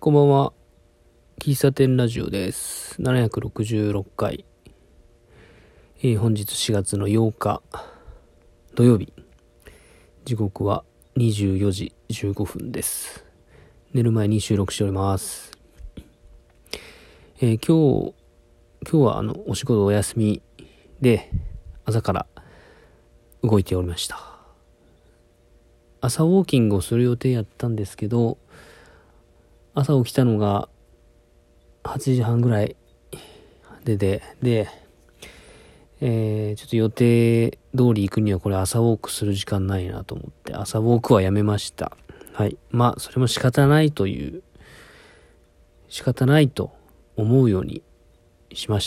こんばんは。喫茶店ラジオです。766回。本日4月の8日土曜日。時刻は24時15分です。寝る前に収録しております。今日はお仕事お休みで朝から動いておりました。朝ウォーキングをする予定やったんですけど、朝起きたのが8時半ぐらいでちょっと予定通り行くにはこれ朝ウォークする時間ないなと思って朝ウォークはやめました。はい。まあそれも仕方ないと思うようにしました。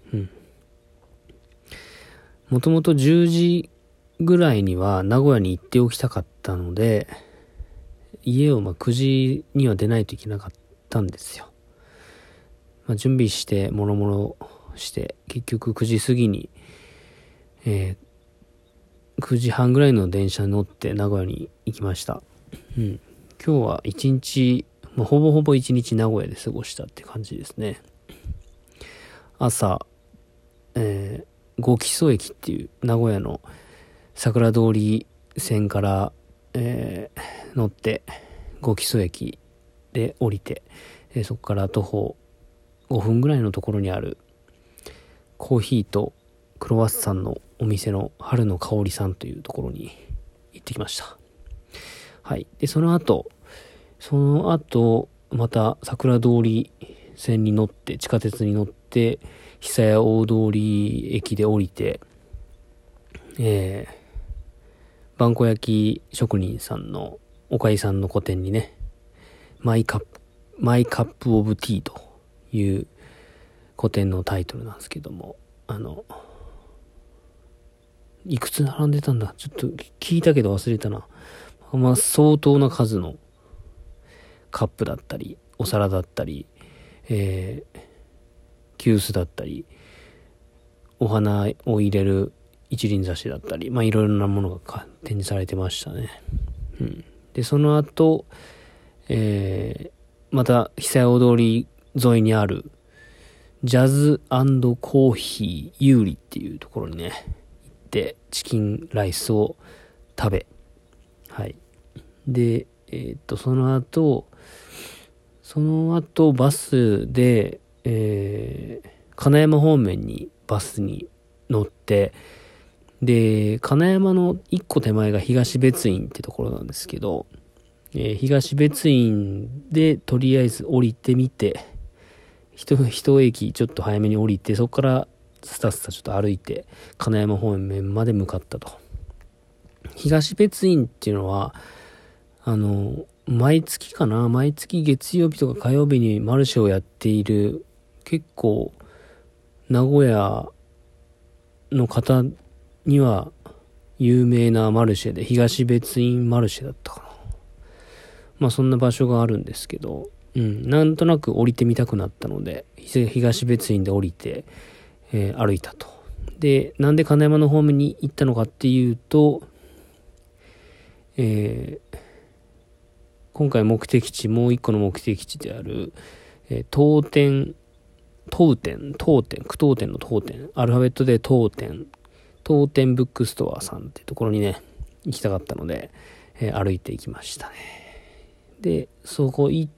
もともと10時ぐらいには名古屋に行っておきたかったので、家を9時には出ないといけなかったんですよ。準備してもろもろして結局9時過ぎに、9時半ぐらいの電車に乗って名古屋に行きました。今日は一日、ほぼほぼ一日名古屋で過ごしたって感じですね。朝、五木曽駅っていう名古屋の桜通り線から、乗って五木曽駅で降りて、そこから徒歩5分ぐらいのところにあるコーヒーとクロワッサンのお店の春の香りさんというところに行ってきました。はい。で、その後また桜通り線に乗って地下鉄に乗って久屋大通駅で降りて、萬古焼職人さんの岡井さんの個展にね、マイカップオブティーという個展のタイトルなんですけども、いくつ並んでたんだちょっと聞いたけど忘れたな。相当な数のカップだったりお皿だったり、急須だったりお花を入れる一輪挿しだったり、いろいろなものが展示されてましたね。でその後、また久屋大通り沿いにあるジャズ&コーヒー有利っていうところにね行ってチキンライスを食べ、はい。でその後バスで、金山方面にバスに乗って、で金山の一個手前が東別院ってところなんですけど、東別院でとりあえず降りてみて一駅ちょっと早めに降りて、そこからスタスタちょっと歩いて金山方面まで向かったと。東別院っていうのは毎月月曜日とか火曜日にマルシェをやっている結構名古屋の方には有名なマルシェで、東別院マルシェだったかな。そんな場所があるんですけど、なんとなく降りてみたくなったので東別院で降りて、歩いたと。でなんで金山の方面に行ったのかっていうと、今回もう一個の目的地である、句読点の当店、アルファベットで当店ブックストアさんっていうところにね行きたかったので、歩いていきましたね。でそこ行って、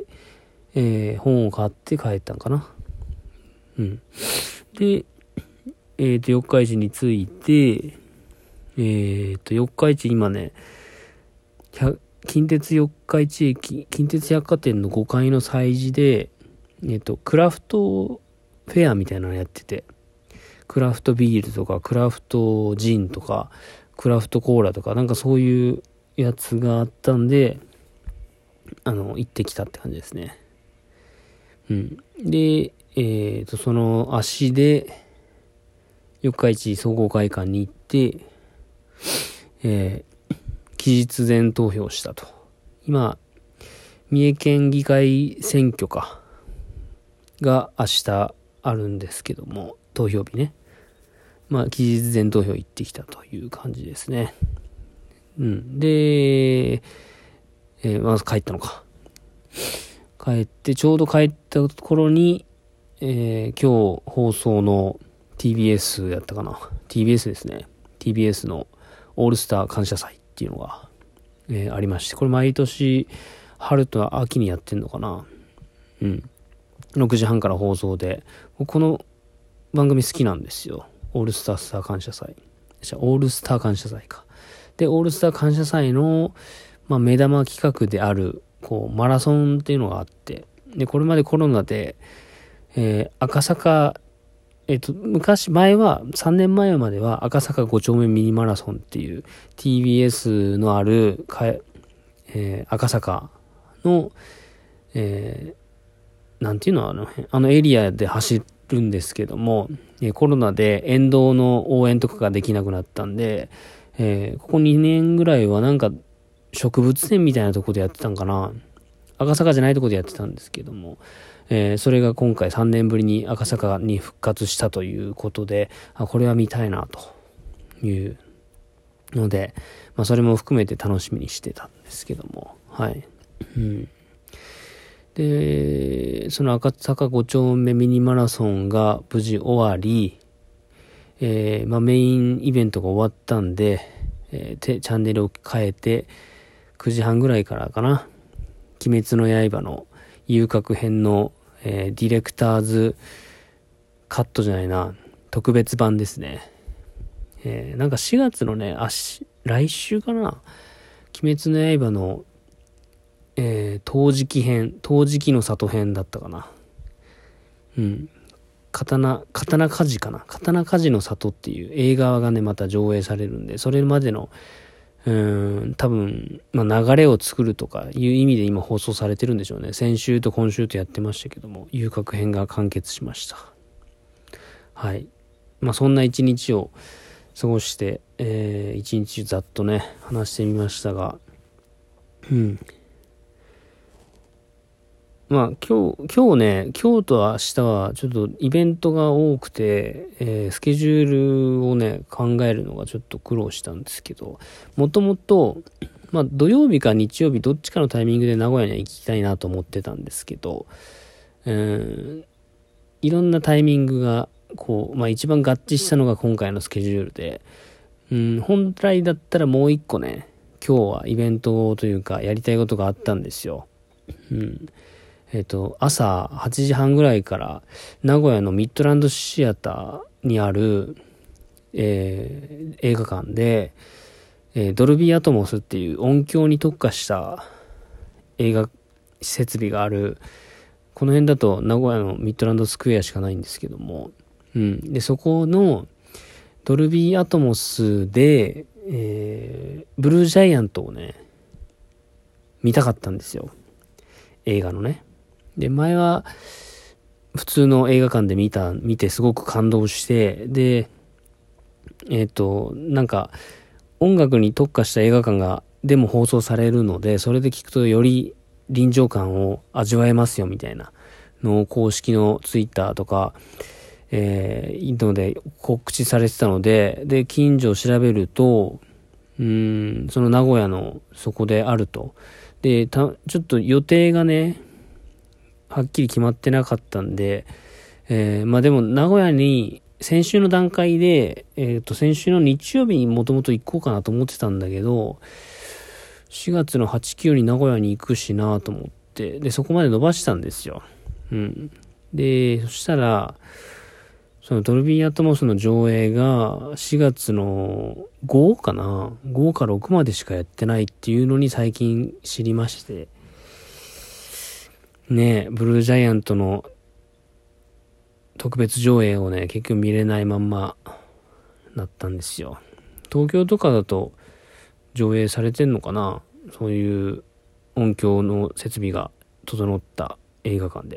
本を買って帰ったんかな。で四日市に着いて、四日市今ね近鉄四日市駅近鉄百貨店の5階の催事でクラフトフェアみたいなのやってて、クラフトビールとかクラフトジンとかクラフトコーラとかなんかそういうやつがあったんで行ってきたって感じですね。でその足で四日市総合会館に行って、期日前投票したと。今三重県議会選挙が明日あるんですけども、投票日ね。期日前投票行ってきたという感じですね。で、まず帰ったのか。 ちょうど帰った頃に、今日放送の TBS やったかな。TBS ですね。TBS のオールスター感謝祭っていうのが、ありまして、これ毎年春と秋にやってんのかな。6時半から放送で、この番組好きなんですよ。オールスター感謝祭。オールスター感謝祭か。で、オールスター感謝祭の、目玉企画である、マラソンっていうのがあって、で、これまでコロナで、赤坂、3年前までは赤坂5丁目ミニマラソンっていう TBS のある赤坂の、なんていうのあのエリアで走るんですけども、コロナで沿道の応援とかができなくなったんで、ここ2年ぐらいはなんか植物園みたいなとこでやってたんかな。赤坂じゃないとこでやってたんですけども、それが今回3年ぶりに赤坂に復活したということで、これは見たいなというので、それも含めて楽しみにしてたんですけども、はい。で、その赤坂5丁目ミニマラソンが無事終わり、メインイベントが終わったんで、チャンネルを変えて、9時半ぐらいからかな、鬼滅の刃の遊郭編の、ディレクターズカットじゃないな、特別版ですね。なんか4月のね、来週かな、鬼滅の刃の、陶磁器の里編だったかな。刀鍛冶かな。刀鍛冶の里っていう映画がね、また上映されるんで、それまでの、多分、流れを作るとかいう意味で今放送されてるんでしょうね。先週と今週とやってましたけども、遊郭編が完結しました。はい。そんな一日を過ごして、一日ざっとね、話してみましたが、今日ね、今日と明日はちょっとイベントが多くて、スケジュールをね、考えるのがちょっと苦労したんですけど、もともと、土曜日か日曜日どっちかのタイミングで名古屋には行きたいなと思ってたんですけど、いろんなタイミングが、一番合致したのが今回のスケジュールで、本来だったらもう一個ね、今日はイベントというかやりたいことがあったんですよ。朝8時半ぐらいから名古屋のミッドランドシアターにある、映画館で、ドルビーアトモスっていう音響に特化した映画設備がある、この辺だと名古屋のミッドランドスクエアしかないんですけども、でそこのドルビーアトモスで、ブルージャイアントをね見たかったんですよ、映画のね。で、前は普通の映画館で見てすごく感動して、で、なんか音楽に特化した映画館でも放送されるので、それで聞くとより臨場感を味わえますよみたいなのを公式のツイッターとか、ので告知されてたので、近所を調べると、その名古屋のそこであると。で、ちょっと予定がね、はっきり決まってなかったんで、でも名古屋に先週の段階で、先週の日曜日にもともと行こうかなと思ってたんだけど、4月の8、9に名古屋に行くしなと思って、で、そこまで伸ばしたんですよ。で、そしたら、そのドルビーアトモスの上映が4月の5かな ?5 か6までしかやってないっていうのに最近知りまして、ねえ、ブルージャイアントの特別上映をね、結局見れないまんまなったんですよ。東京とかだと上映されてんのかな、そういう音響の設備が整った映画館で。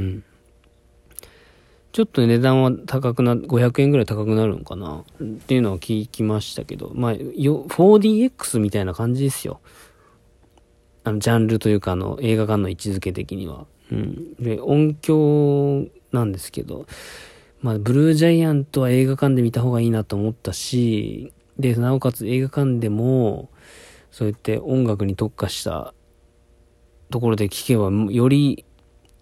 ちょっと値段は500円ぐらい高くなるのかなっていうのは聞きましたけど、4DX みたいな感じですよ。ジャンルというか映画館の位置づけ的には。で、音響なんですけど、ブルージャイアントは映画館で見た方がいいなと思ったし、で、なおかつ映画館でも、そうやって音楽に特化したところで聴けば、より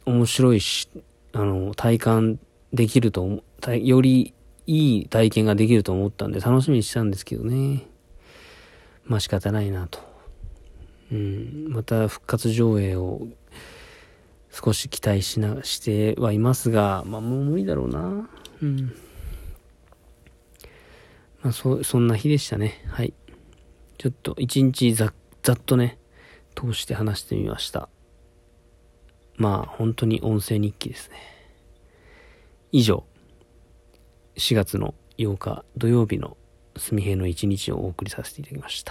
面白いし、体感できるとよりいい体験ができると思ったんで楽しみにしたんですけどね。まあ仕方ないなと。また復活上映を少し期待してはいますが、まあもう無理だろうな。まあそんな日でしたね。はい。ちょっと一日ざっとね、通して話してみました。まあ本当に音声日記ですね。以上、4月の8日土曜日のすみへいの一日をお送りさせていただきました。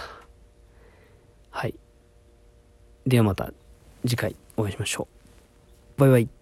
はい。ではまた次回お会いしましょう。バイバイ。